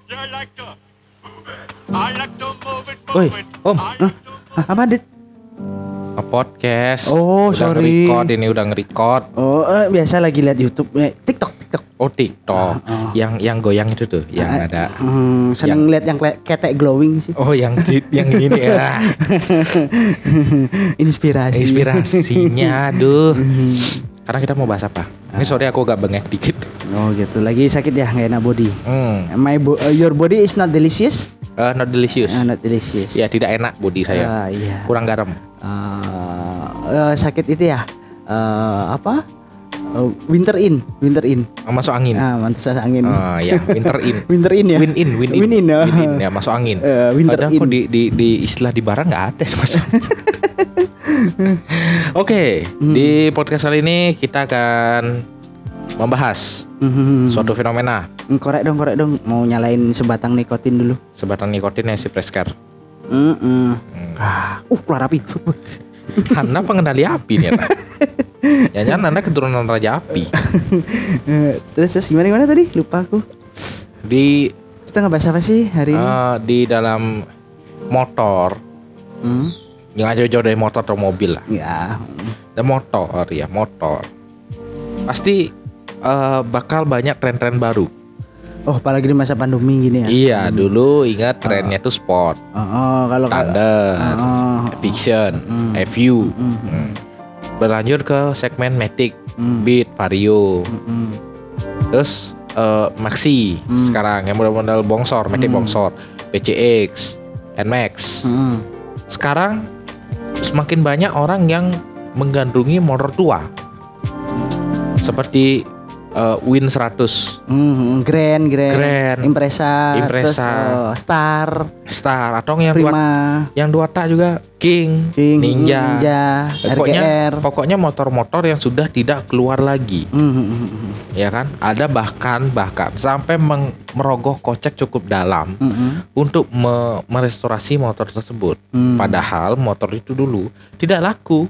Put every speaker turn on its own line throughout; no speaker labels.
Woi, Om.
Apa Dit?
Podcast.
Oh, sorry.
Ini udah nge-record.
Oh, biasa lagi lihat YouTube, TikTok.
Oh, TikTok. Yang goyang itu tuh, yang ada.
Seneng lihat yang ketek glowing sih.
Oh, yang ini ya. Inspirasinya, aduh. Sekarang kita mau bahas apa? Ini sorry aku agak bengek dikit.
Oh gitu, lagi sakit ya, nggak enak body. Your body is not delicious?
Not delicious.
Not delicious.
Ya, tidak enak body saya.
Iya.
Kurang garam.
Sakit itu ya? Apa? Winter in.
Masuk angin.
Masuk angin.
Ya, winter in.
Winter in ya.
Win in ya, masuk angin.
Winter
padahal
in.
kok di istilah di barang nggak ada masuk. Oke, di podcast kali ini kita akan membahas suatu fenomena.
Korek dong, mau nyalain sebatang nikotin dulu.
Sebatang nikotin yang si Fresker.
Keluar api.
Anda pengendali api nih, Pak. Jangan Anda keturunan Raja Api.
Terus gimana tadi? Lupa aku.
Kita
ngebahas apa sih hari ini?
Di dalam motor. Jangan jauh-jauh dari motor atau mobil lah.
Ya.
Dan motor. Pasti bakal banyak tren-tren baru.
Oh, apalagi di masa pandemi gini ya.
Iya, dulu ingat trennya tuh sport.
Kalau
standar, fiction, FU. Berlanjut ke segmen Matic, Beat, Vario. Terus Maxi sekarang yang model-model bongsor, Matic bongsor, PCX, NMAX. Sekarang semakin banyak orang yang menggandrungi motor tua. Seperti Win 100,
Grand, Impreza, terus, Star atau yang
dua tak juga King, Ninja, pokoknya motor-motor yang sudah tidak keluar lagi. Ya kan? Ada bahkan sampai merogoh kocek cukup dalam untuk merestorasi motor tersebut. Padahal motor itu dulu tidak laku.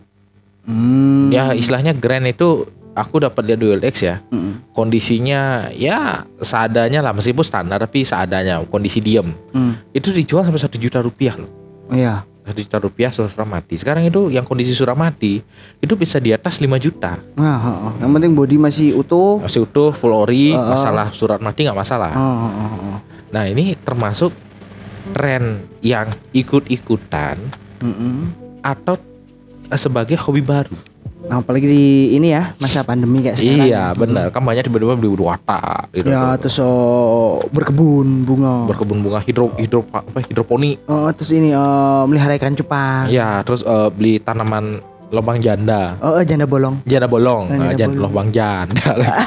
Ya istilahnya Grand itu aku dapat lihat Dual X ya. Kondisinya ya seadanya lah, meskipun standar tapi seadanya, kondisi diem. Itu dijual sampai 1 juta rupiah loh.
Iya.
1 juta rupiah sudah mati. Sekarang itu yang kondisi sudah mati itu bisa di atas 5 juta.
Yang penting bodi masih utuh,
full ori, masalah surat mati nggak masalah. Nah ini termasuk tren yang ikut-ikutan atau sebagai hobi baru.
Apalagi di ini ya, masa pandemi kayak sekarang.
Iya benar, kan banyak tiba-tiba beli watak gitu.
Ya terus berkebun bunga
hidroponik.
Terus ini melihara ikan cupang.
Iya, terus beli tanaman lubang janda.
Janda bolong.
Lubang janda.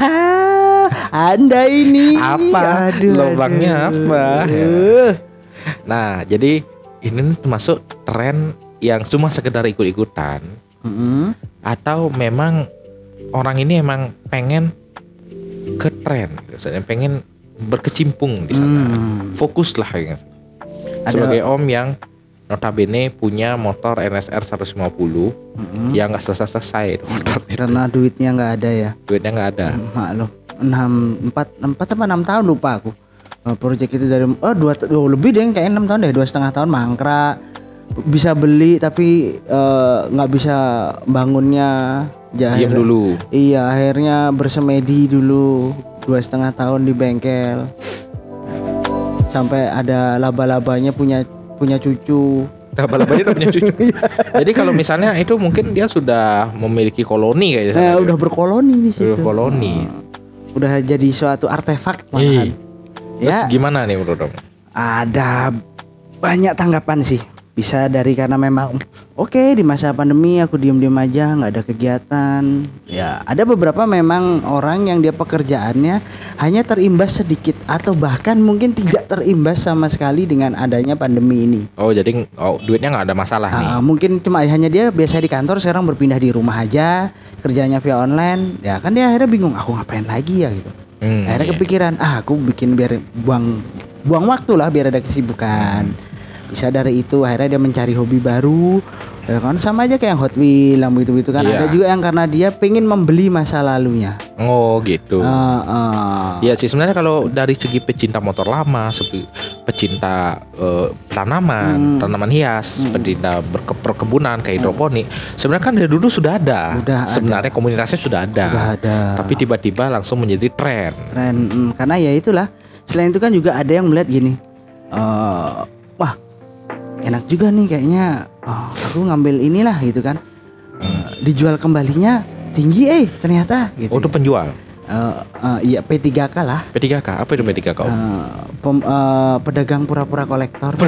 Anda ini
apa? Lubangnya apa? Nah, jadi ini termasuk tren yang cuma sekedar ikut-ikutan. Atau memang orang ini emang pengen ke tren, pengen berkecimpung di sana, fokus lah gitu. Sebagai om yang notabene punya motor NSR 150 yang nggak selesai motor
karena duitnya nggak ada ya.
Duitnya nggak ada.
Loh, 4 apa 6 tahun lupa aku. Proyek itu dari 2 lebih deh, kayak 6 tahun deh, 2,5 tahun mangkrak. Bisa beli tapi nggak bisa bangunnya.
Diam dulu.
Iya, akhirnya bersemedi dulu 2,5 tahun di bengkel sampai ada laba-labanya punya cucu.
Laba-labanya udah punya cucu. Jadi kalau misalnya itu mungkin dia sudah memiliki koloni kayaknya.
Udah berkoloni di situ. Udah jadi suatu artefak malahan.
Terus gimana nih menurut Om?
Ada banyak tanggapan sih. Bisa dari karena memang di masa pandemi aku diem-diem aja, nggak ada kegiatan. Ya ada beberapa memang orang yang dia pekerjaannya hanya terimbas sedikit atau bahkan mungkin tidak terimbas sama sekali dengan adanya pandemi ini.
Jadi duitnya nggak ada masalah nih.
Mungkin cuma hanya dia biasa di kantor, sekarang berpindah di rumah aja, kerjanya via online. Ya kan dia akhirnya bingung, aku ngapain lagi ya gitu. Akhirnya kepikiran, aku bikin biar buang waktu lah, biar ada kesibukan. Bisa dari itu akhirnya dia mencari hobi baru Ya kan sama aja kayak yang Hot Wheels yang begitu-begitu kan.
Iya.
Ada juga yang karena dia pengen membeli masa lalunya.
Oh gitu. Ya sih sebenarnya kalau dari segi pecinta motor lama, pecinta tanaman hias, pecinta perkebunan kayak hidroponik, sebenarnya kan dari dulu sudah ada. Sebenarnya komunitasnya sudah ada. Tapi tiba-tiba langsung menjadi tren.
Karena ya itulah. Selain itu kan juga ada yang melihat gini. Wah, enak juga nih kayaknya. Aku ngambil inilah gitu kan. Dijual kembalinya tinggi ternyata gitu.
Oh, itu penjual.
Iya P3K lah.
P3K, apa itu P3K?
Pedagang pura-pura kolektor.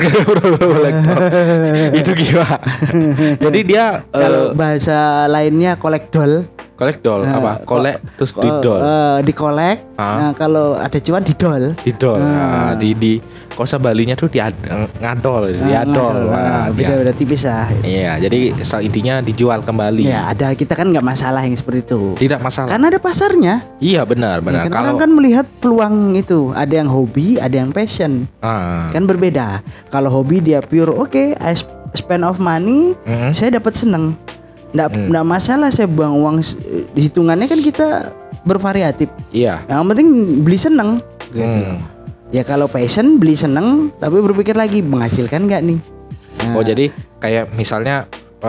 Itu gimana? Jadi dia
kalau bahasa lainnya kolekdol.
Kolekdol apa? Kolek terus didol.
Dikolek. Nah, kalau ada cuan didol.
Didol. Di kosa Balinya tuh ngadol, diadol.
Beda tipis lah.
Iya, jadi intinya dijual kembali.
Ya, ada kita kan nggak masalah yang seperti itu.
Tidak masalah.
Karena ada pasarnya.
Iya, benar.
Ya, kan orang kan melihat peluang itu. Ada yang hobi, ada yang passion. Kan berbeda. Kalau hobi dia pure I spend of money, saya dapat seneng. Nggak masalah saya buang uang, hitungannya kan kita bervariatif.
Iya.
Yang penting beli seneng gitu. Ya kalau passion beli seneng tapi berpikir lagi menghasilkan nggak nih.
Oh jadi kayak misalnya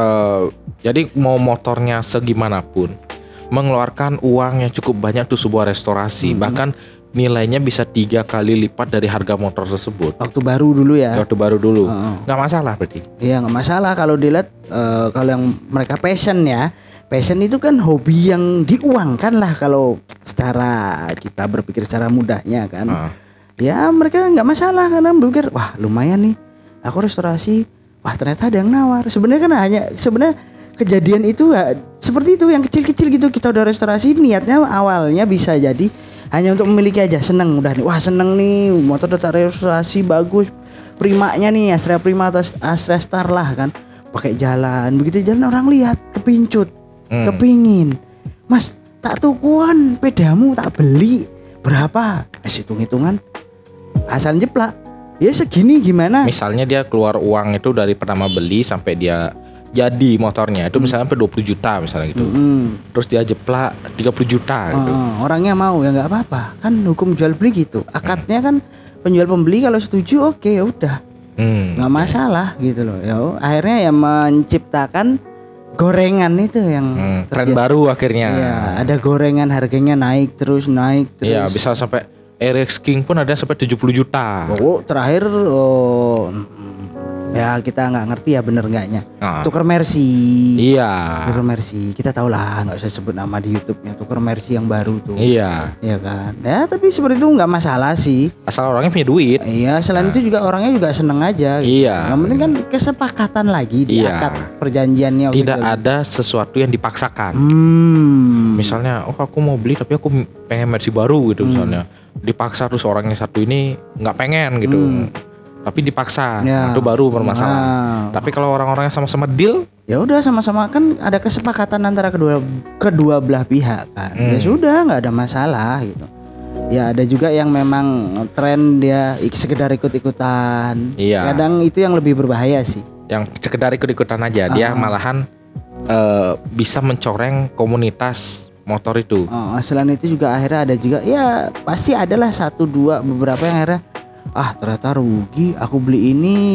jadi mau motornya segimanapun mengeluarkan uang yang cukup banyak untuk sebuah restorasi, bahkan nilainya bisa 3 kali lipat dari harga motor tersebut.
Waktu baru dulu ya.
Waktu baru dulu. Nggak masalah berarti.
Iya nggak masalah kalau dilihat kalau yang mereka passion ya. Passion itu kan hobi yang diuangkan lah kalau secara kita berpikir secara mudahnya kan. Ya mereka nggak masalah karena berpikir wah lumayan nih. Aku restorasi, wah ternyata ada yang nawar. Sebenarnya kan sebenarnya kejadian itu seperti itu yang kecil-kecil gitu. Kita udah restorasi, niatnya awalnya bisa jadi hanya untuk memiliki aja, seneng udah nih, wah seneng nih motor udah restorasi bagus, primanya nih Astra Prima atau Astra Star lah kan, pakai jalan, begitu jalan orang lihat kepincut, kepingin, mas tak tukuan pedamu tak beli berapa, hitung-hitungan, asal jeplak, ya segini gimana?
Misalnya dia keluar uang itu dari pertama beli sampai dia jadi motornya itu misalnya sampai 20 juta misalnya gitu. Terus dia jeplak 30 juta gitu.
Orangnya mau ya nggak apa-apa. Kan hukum jual beli gitu. Akadnya kan penjual pembeli kalau setuju oke ya udah. Nggak masalah gitu loh. Ya akhirnya ya menciptakan gorengan itu yang
tren baru akhirnya.
Iya, ada gorengan harganya naik terus.
Iya, bisa sampai RX King pun ada sampai 70 juta.
Oh, terakhir ya kita nggak ngerti ya bener nggaknya. Tuker Mercy.
Iya.
Tuker Mercy. Kita tahu lah, nggak usah sebut nama di YouTube-nya. Tuker Mercy yang baru tuh.
Iya.
Iya kan. Ya tapi seperti itu nggak masalah sih.
Asal orangnya punya duit.
Iya. Selain itu juga orangnya juga seneng aja. Gitu.
Iya.
Yang penting kan kesepakatan lagi di akad perjanjiannya.
Tidak ada sesuatu yang dipaksakan. Misalnya, aku mau beli tapi aku pengen Mercy baru gitu misalnya. Dipaksa terus orangnya satu ini nggak pengen gitu. Tapi dipaksa, itu baru bermasalah. Tapi kalau orang-orangnya sama-sama deal,
ya udah sama-sama kan ada kesepakatan antara kedua belah pihak kan. Ya sudah nggak ada masalah gitu. Ya ada juga yang memang tren dia sekedar ikut-ikutan.
Iya.
Kadang itu yang lebih berbahaya sih.
Yang sekedar ikut-ikutan aja, dia malahan bisa mencoreng komunitas motor itu.
Selain itu juga akhirnya ada juga ya pasti adalah 1, 2 beberapa yang akhirnya ternyata rugi, aku beli ini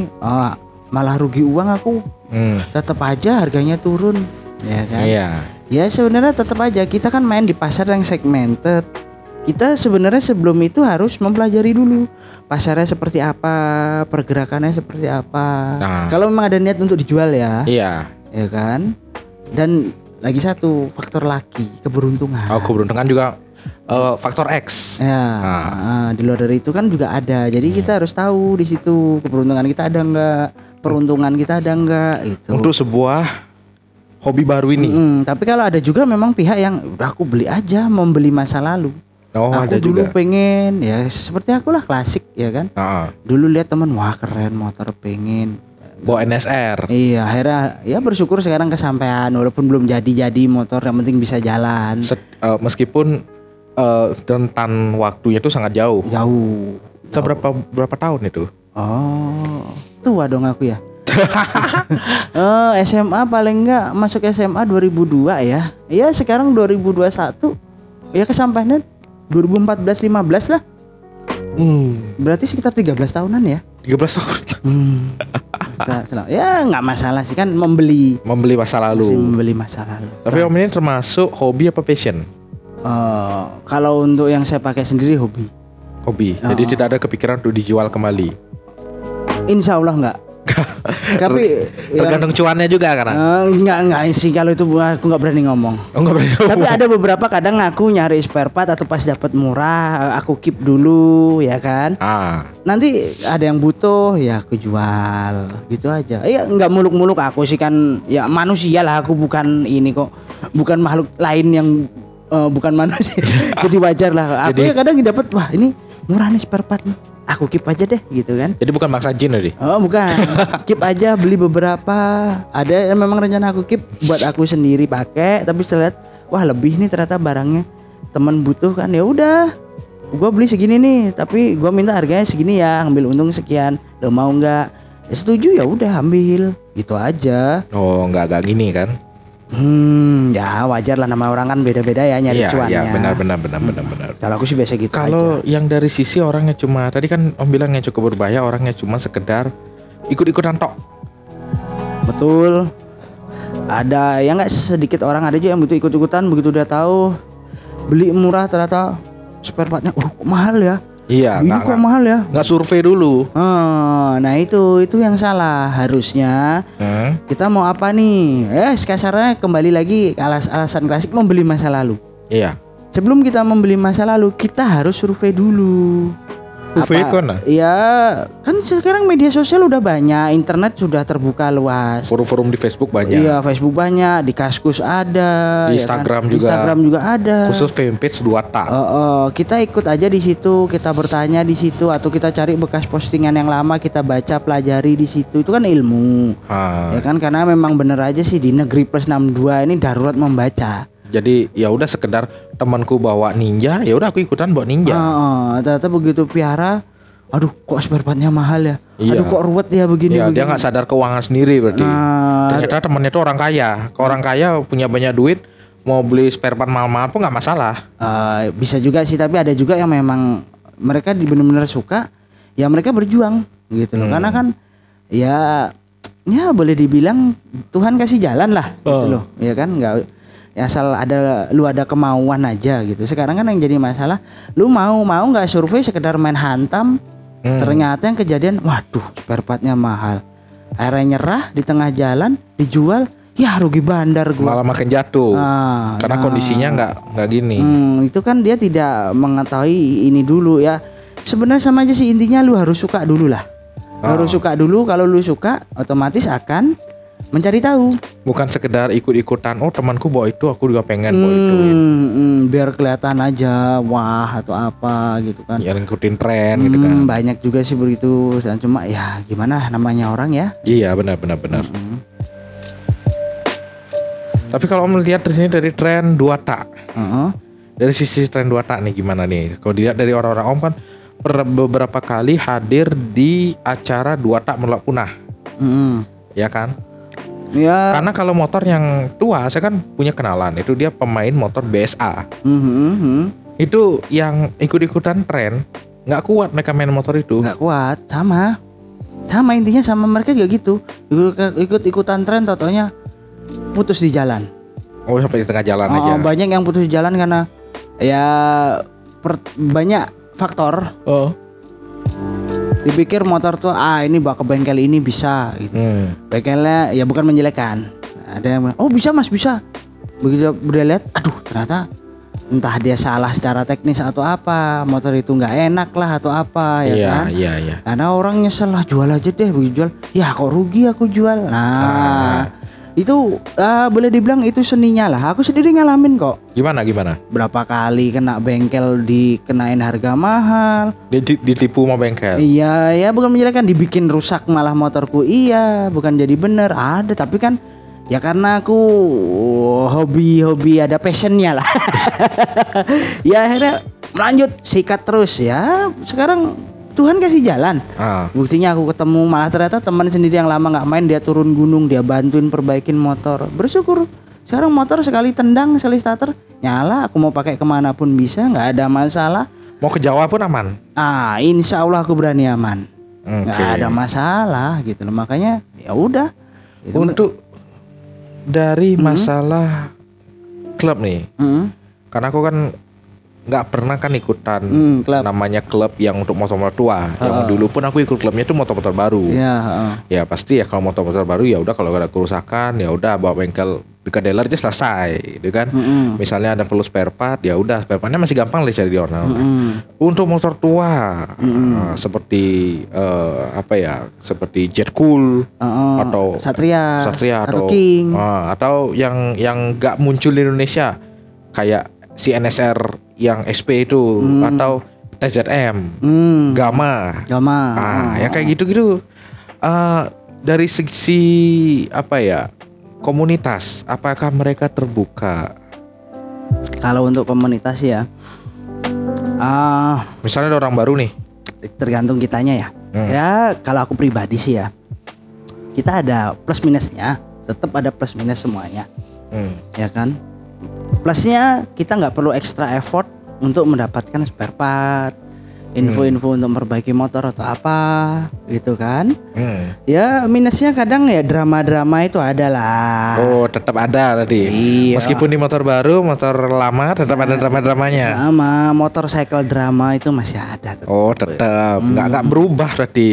malah rugi uang aku. Tetap aja harganya turun, ya kan?
Iya.
Ya sebenarnya tetap aja kita kan main di pasar yang segmented. Kita sebenarnya sebelum itu harus mempelajari dulu pasarnya seperti apa, pergerakannya seperti apa. Kalau memang ada niat untuk dijual ya.
Iya.
Ya kan? Dan lagi satu faktor laki, keberuntungan.
Keberuntungan juga faktor X.
Ya, di luar dari itu kan juga ada. Jadi kita harus tahu di situ keberuntungan kita ada enggak, peruntungan kita ada enggak gitu.
Untuk sebuah hobi baru ini.
Tapi kalau ada juga memang pihak yang udah aku beli aja, membeli masa lalu. Aku dulu juga pengen ya seperti aku lah klasik ya kan. Dulu lihat teman wah keren motor pengen
bawa NSR.
Iya, akhirnya ya bersyukur sekarang kesampaian walaupun belum jadi motor yang penting bisa jalan.
Meskipun rentan waktunya itu sangat jauh.
Jauh.
Berapa tahun itu?
Tua dong aku ya. SMA paling enggak masuk SMA 2002 ya. Iya sekarang 2021. Ya kesampaiannya 2014-15 lah. Berarti sekitar 13 tahunan ya.
13 tahun.
Ya nggak masalah sih kan membeli
masa lalu.
Masih membeli masa lalu.
Tapi Om ini termasuk hobi apa passion?
Kalau untuk yang saya pakai sendiri hobi.
Jadi tidak ada kepikiran untuk dijual kembali.
Insya Allah enggak. Tapi
tergantung cuannya juga karena.
Enggak sih kalau itu aku nggak berani ngomong. Tapi ada beberapa kadang aku nyari spare part atau pas dapat murah aku keep dulu ya kan. Nanti ada yang butuh ya aku jual gitu aja. Iya nggak muluk-muluk aku sih kan ya manusia lah aku bukan ini kok bukan makhluk lain yang bukan manusia. Jadi wajar lah. Aku ya kadang dapat wah ini murah nih spare part nih. Aku keep aja deh gitu kan.
Jadi bukan maksa jin tadi?
Oh bukan. Keep aja beli beberapa. Ada yang memang rencana aku keep buat aku sendiri pakai. Tapi setelah lihat wah lebih nih ternyata barangnya teman butuh kan ya udah. Gua beli segini nih. Tapi gua minta harganya segini ya. Ambil untung sekian. Lo mau nggak? Ya setuju ya udah ambil. Gitu aja.
Oh nggak gini kan?
Ya wajar lah nama orang kan beda-beda ya nyari cuannya.
Iya benar.
Kalau aku sih biasa gitu aja.
Kalau yang dari sisi orangnya cuma tadi kan Om bilang yang cukup berbahaya orangnya cuma sekedar ikut-ikutan tok.
Betul. Ada yang nggak sedikit orang ada juga yang butuh ikut-ikutan begitu dia tahu beli murah ternyata spare partnya kok mahal ya.
Iya.
Ini kok mahal ya?
Nggak survei dulu.
Nah itu yang salah harusnya. Kita mau apa nih? Kasarnya kembali lagi alasan klasik membeli masa lalu.
Iya.
Sebelum kita membeli masa lalu kita harus survei dulu.
Survei kan?
Iya, kan sekarang media sosial udah banyak, internet sudah terbuka luas.
Forum-forum di Facebook banyak.
Iya, Facebook banyak, di Kaskus ada,
di Instagram
kan?
juga.
Instagram juga ada.
Khusus fanpage 2 tak.
Kita ikut aja di situ, kita bertanya di situ atau kita cari bekas postingan yang lama kita baca, pelajari di situ. Itu kan ilmu. Ya kan karena memang bener aja sih di negeri plus 62 ini darurat membaca.
Jadi ya udah sekedar temanku bawa ninja, ya udah aku ikutan bawa ninja.
Ternyata begitu piara, aduh kok spare partnya mahal ya. Iya. Aduh kok ruwet ya begini.
Iya, dia nggak sadar keuangan sendiri berarti. Ternyata temennya itu orang kaya. Orang kaya punya banyak duit, mau beli spare part mahal-mahal pun nggak masalah.
Bisa juga sih, tapi ada juga yang memang mereka benar-benar suka, ya mereka berjuang gitu loh. Karena kan ya boleh dibilang Tuhan kasih jalan lah gitu loh. Ya kan nggak asal lu ada kemauan aja gitu. Sekarang kan yang jadi masalah lu mau nggak survei sekedar main hantam. Ternyata yang kejadian waduh spare partnya mahal. Akhirnya nyerah di tengah jalan dijual ya rugi bandar gua.
Malah makin jatuh. Karena kondisinya nggak gini.
Itu kan dia tidak mengetahui ini dulu ya. Sebenarnya sama aja sih intinya lu harus suka dulu lah. Harus suka dulu, kalau lu suka otomatis akan mencari tahu.
Bukan sekedar ikut-ikutan. Oh temanku bawa itu, aku juga pengen bawa itu.
Biar kelihatan aja wah atau apa gitu kan.
Ya ngikutin tren gitu kan.
Banyak juga sih begitu. Cuma ya gimana namanya orang ya.
Iya benar. Tapi kalau melihat di sini dari tren 2 tak. Dari sisi tren 2 tak nih gimana nih? Kalau dilihat dari orang-orang Om kan beberapa kali hadir di acara 2 tak menolak punah. Ya kan?
Ya.
Karena kalau motor yang tua, saya kan punya kenalan. Itu dia pemain motor BSA. Itu yang ikut-ikutan tren, nggak kuat mereka main motor itu.
Nggak kuat, sama intinya sama mereka juga gitu. Ikut-ikutan tren, totonya putus di jalan.
Oh sampai di tengah jalan aja.
Banyak yang putus di jalan karena ya banyak faktor. Dipikir motor tuh ini bawa ke bengkel ini bisa gitu. Bengkelnya ya bukan menjelekkan. Ada yang bilang, oh bisa mas bisa. Begitu udah lihat, aduh ternyata entah dia salah secara teknis atau apa, motor itu nggak enak lah atau apa ya kan. Iya. Karena orang nyesel lah jual aja deh, begitu jual, ya kok rugi aku jual. Itu boleh dibilang itu seninya lah. Aku sendiri ngalamin kok.
Gimana?
Berapa kali kena bengkel dikenain harga mahal.
Ditipu sama bengkel.
Iya, ya bukan menjelekkan, dibikin rusak malah motorku. Iya, bukan jadi bener. Ada, tapi kan ya karena aku hobi ada passionnya lah. Ya akhirnya lanjut sikat terus ya. Sekarang Tuhan kasih jalan. Buktinya aku ketemu malah ternyata teman sendiri yang lama nggak main, dia turun gunung, dia bantuin perbaikin motor. Bersyukur. Sekarang motor sekali tendang, sekali starter nyala. Aku mau pakai kemana pun bisa, nggak ada masalah.
Mau ke Jawa pun aman.
Insya Allah aku berani aman. Nggak ada masalah gitu loh. Makanya ya udah.
Untuk dari masalah klub nih, karena aku kan nggak pernah kan ikutan klub. Namanya klub yang untuk motor-motor tua. Yang dulu pun aku ikut klubnya itu motor-motor baru. Ya pasti ya kalau motor-motor baru ya udah, kalau ada kerusakan ya udah bawa bengkel ke dealer aja selesai, gitu kan. Misalnya ada perlu spare part, ya udah spare partnya masih gampang lah cari di online. Untuk motor tua seperti seperti Jet Cool atau
Satria
atau
King
atau yang nggak muncul di Indonesia kayak si NSR yang SP itu atau TZM, Gamma. Yang kayak gitu-gitu. Dari segi komunitas, apakah mereka terbuka?
Kalau untuk komunitas ya,
misalnya ada orang baru nih,
tergantung kitanya ya. Ya kalau aku pribadi sih ya, kita ada plus minusnya, tetap ada plus minus semuanya, ya kan. Plusnya kita nggak perlu extra effort untuk mendapatkan spare part, info-info untuk memperbaiki motor atau apa gitu kan. Ya minusnya kadang ya drama-drama itu ada lah.
Oh tetap ada tadi.
Iya.
Meskipun di motor baru, motor lama tetap ada drama-dramanya.
Sama motorcycle drama itu masih ada tetap.
Oh tetap nggak berubah berarti.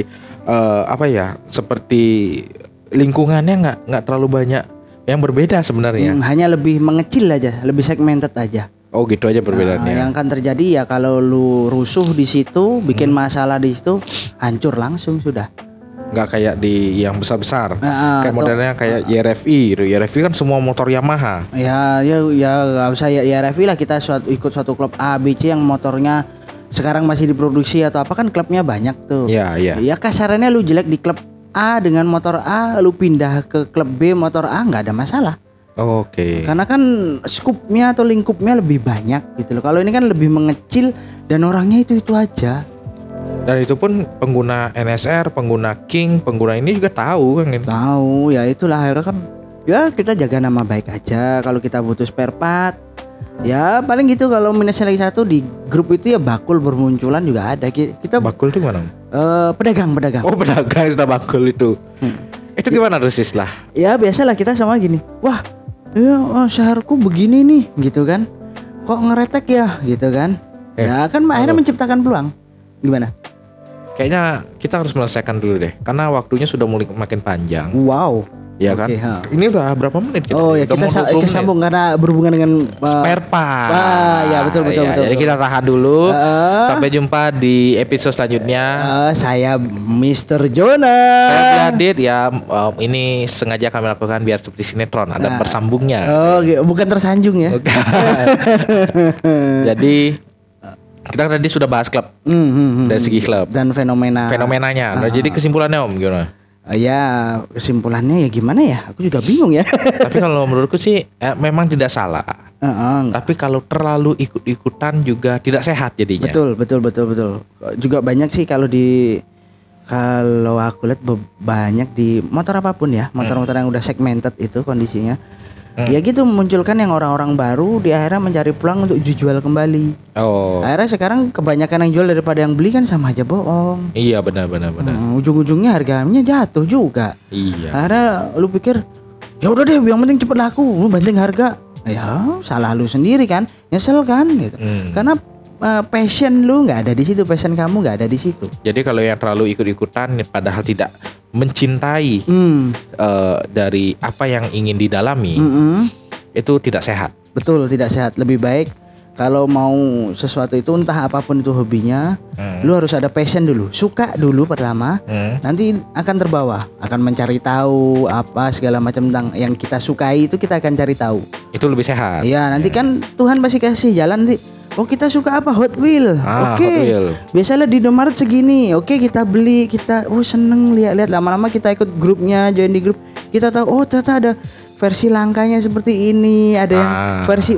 Seperti lingkungannya nggak terlalu banyak yang berbeda sebenarnya.
Hanya lebih mengecil aja, lebih segmented aja.
Oh gitu aja perbedaannya.
Yang akan terjadi ya kalau lu rusuh di situ, bikin masalah di situ, hancur langsung sudah.
Nggak kayak di yang besar-besar. Kayak modelnya kayak YRFI. YRFI kan semua motor Yamaha.
Ya nggak usah YRFI lah, kita ikut suatu klub A, B, C yang motornya sekarang masih diproduksi atau apa, kan klubnya banyak tuh.
Iya.
Ya kasarannya lu jelek di klub A dengan motor A, lu pindah ke klub B motor A nggak ada masalah.
Oke.
Karena kan skupnya atau lingkupnya lebih banyak gitu loh. Kalau ini kan lebih mengecil dan orangnya itu aja.
Dan itu pun pengguna NSR, pengguna King, pengguna ini juga tahu kan.
Tahu, ya itulah akhirnya kan. Ya kita jaga nama baik aja. Kalau kita butuh spare part, ya paling gitu. Kalau minusnya lagi satu, di grup itu ya bakul bermunculan juga ada. Kita
bakul itu mana?
Pedagang.
Oh pedagang, kita bakul itu. Itu gimana Rusis lah?
Ya biasalah kita sama gini. Wah, syaharku begini nih, gitu kan. Kok ngeretek ya, gitu kan. Ya kan akhirnya menciptakan peluang. Gimana?
Kayaknya kita harus melesaikan dulu deh, karena waktunya sudah mulai makin panjang.
Wow.
Ya kan? Ini udah berapa menit kita?
Oh ya, kita kesambung karena berhubungan dengan
spare part.
Ya betul.
Jadi kita tahan dulu. Sampai jumpa di episode selanjutnya.
Saya Mr. Jonas.
Saya Bladit ya. Ini sengaja kami lakukan biar seperti sinetron, ada bersambungnya.
Oh, bukan tersanjung ya.
Jadi kita tadi sudah bahas klub dari segi klub
dan fenomenanya.
Nah, jadi kesimpulannya Om gimana?
Ya kesimpulannya ya gimana ya? Aku juga bingung ya.
Tapi kalau menurutku sih memang tidak salah. Tapi kalau terlalu ikut-ikutan juga tidak sehat jadinya.
Betul. Juga banyak sih kalau aku lihat banyak di motor apapun ya, motor-motor yang udah segmented itu kondisinya. Ya gitu memunculkan yang orang-orang baru, di akhirnya mencari peluang untuk dijual kembali. Akhirnya sekarang kebanyakan yang jual daripada yang beli kan sama aja bohong.
Iya benar.
Ujung-ujungnya harganya jatuh juga.
Iya.
Akhirnya lu pikir ya udah deh, yang penting cepet laku, lu banting harga. Ya salah lu sendiri kan, nyesel kan gitu. Karena passion lu nggak ada di situ, passion kamu nggak ada di situ. Jadi
kalau yang terlalu ikut-ikutan padahal tidak mencintai dari apa yang ingin didalami, itu tidak sehat.
Betul, tidak sehat. Lebih baik kalau mau sesuatu itu, entah apapun itu hobinya, lu harus ada passion dulu, suka dulu pertama, nanti akan terbawa, akan mencari tahu apa segala macam tentang yang kita sukai itu, kita akan cari tahu. Itu lebih sehat. Iya, nanti kan Tuhan pasti kasih jalan nanti. Oh kita suka apa? Hot Wheel. Oke. Biasalah di Indomaret segini. Oke kita beli, kita seneng lihat-lihat, lama-lama kita ikut grupnya, join di grup. Kita tahu ternyata ada versi langkanya seperti ini, ada yang versi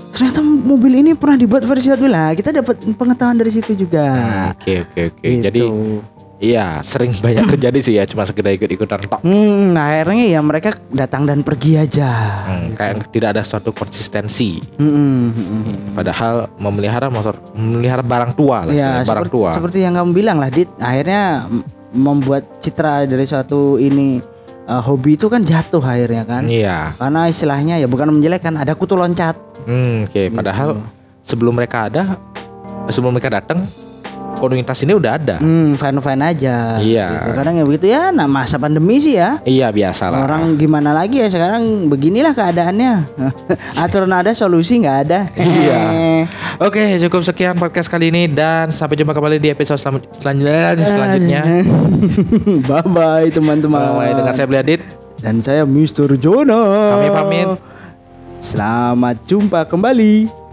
ternyata mobil ini pernah dibuat versi Hot Wheels lah. Kita dapat pengetahuan dari situ juga.
Oke.
Gitu.
Jadi iya sering banyak terjadi sih ya, cuma sekedar ikut-ikutan tok.
Nah akhirnya ya mereka datang dan pergi aja.
Kayak tidak ada suatu konsistensi. Padahal memelihara barang tua lah,
ya,
barang tua.
Seperti yang kamu bilang lah, Dit. Akhirnya membuat citra dari suatu ini hobi itu kan jatuh akhirnya kan.
Iya.
Karena istilahnya ya bukan menjelekkan, ada kutu loncat.
Oke. Padahal sebelum mereka datang, komunitas ini udah ada.
Fine aja.
Iya.
Gitu. Kadang ya begitu ya. Nah masa pandemi sih ya.
Iya biasa lah.
Orang gimana lagi ya sekarang, beginilah keadaannya. Aturan ada, solusi nggak ada.
Iya. Oke, cukup sekian podcast kali ini dan sampai jumpa kembali di episode selanjutnya.
Bye bye teman-teman.
Bye. Dengan saya Bliadit
dan saya Mr. Jonah.
Kami pamit.
Selamat jumpa kembali.